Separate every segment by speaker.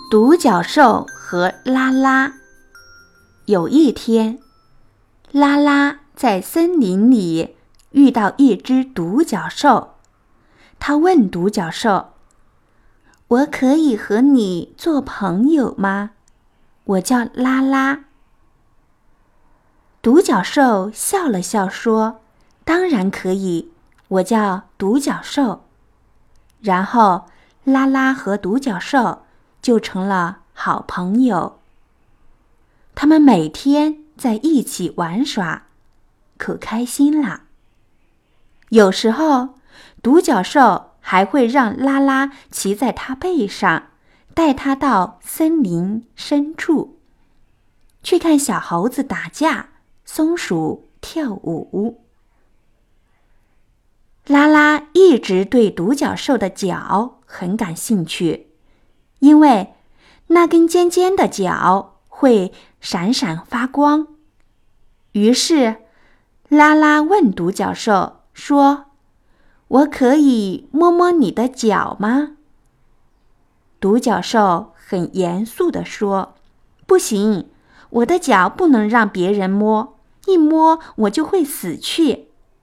Speaker 1: 独角兽和拉拉。有一天，拉拉在森林里遇到一只独角兽，他问独角兽：“我可以和你做朋友吗？我叫拉拉。”独角兽笑了笑说：“当然可以，我叫独角兽。”然后拉拉和独角兽就成了好朋友。他们每天在一起玩耍，可开心啦。有时候，独角兽还会让拉拉骑在它背上，带它到森林深处，去看小猴子打架，松鼠跳舞。拉拉一直对独角兽的角很感兴趣，因为那根尖尖的角会闪闪发光。于是，拉拉问独角兽说：“我可以摸摸你的脚吗？”独角兽很严肃地说：“不行，我的脚不能让别人摸，一摸我就会死去。”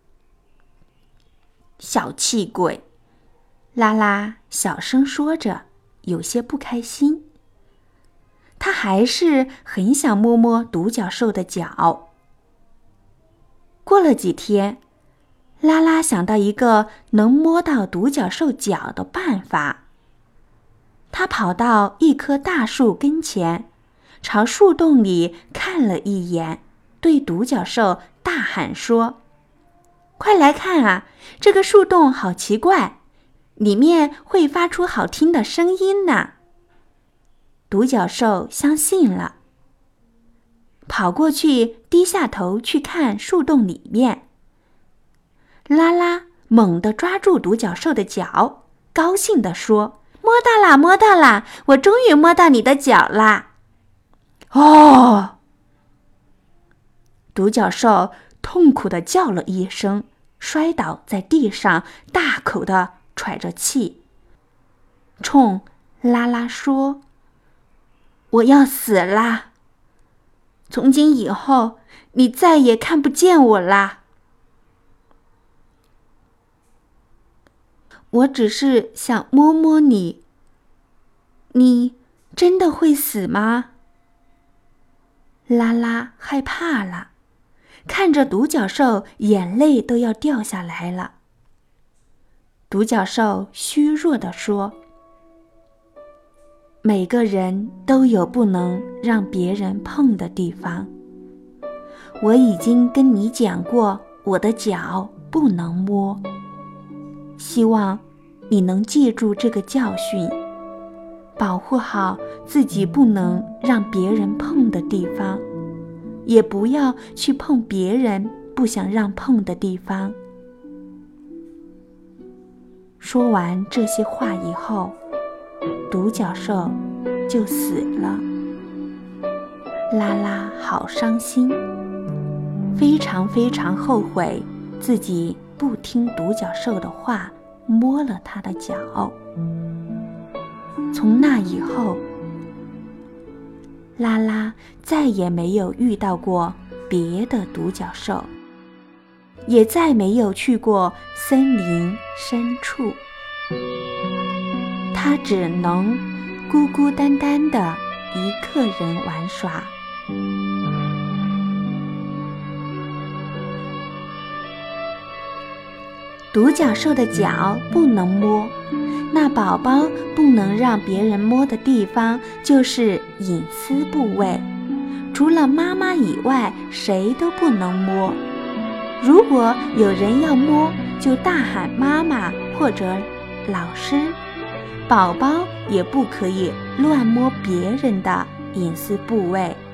Speaker 1: 小气鬼，拉拉小声说着，有些不开心。他还是很想摸摸独角兽的脚。过了几天，拉拉想到一个能摸到独角兽脚的办法。他跑到一棵大树跟前，朝树洞里看了一眼，对独角兽大喊说：“快来看啊，这个树洞好奇怪，里面会发出好听的声音呢。”独角兽相信了，跑过去，低下头去看树洞里面。拉拉猛地抓住独角兽的脚，高兴地说：“摸到啦，摸到啦，我终于摸到你的脚啦！”哦！独角兽痛苦地叫了一声，摔倒在地上，大口地喘着气，冲拉拉说：“我要死啦！从今以后，你再也看不见我啦！我只是想摸摸你，你真的会死吗？”拉拉害怕了，看着独角兽，眼泪都要掉下来了。独角兽虚弱地说：“每个人都有不能让别人碰的地方。我已经跟你讲过，我的脚不能摸。希望你能记住这个教训，保护好自己不能让别人碰的地方，也不要去碰别人不想让碰的地方。”说完这些话以后，独角兽就死了。拉拉好伤心，非常非常后悔自己不听独角兽的话，摸了他的脚。从那以后，拉拉再也没有遇到过别的独角兽，也再没有去过森林深处。他只能孤孤单单的一个人玩耍。独角兽的脚不能摸，那宝宝不能让别人摸的地方就是隐私部位，除了妈妈以外，谁都不能摸。如果有人要摸，就大喊妈妈或者老师。宝宝也不可以乱摸别人的隐私部位。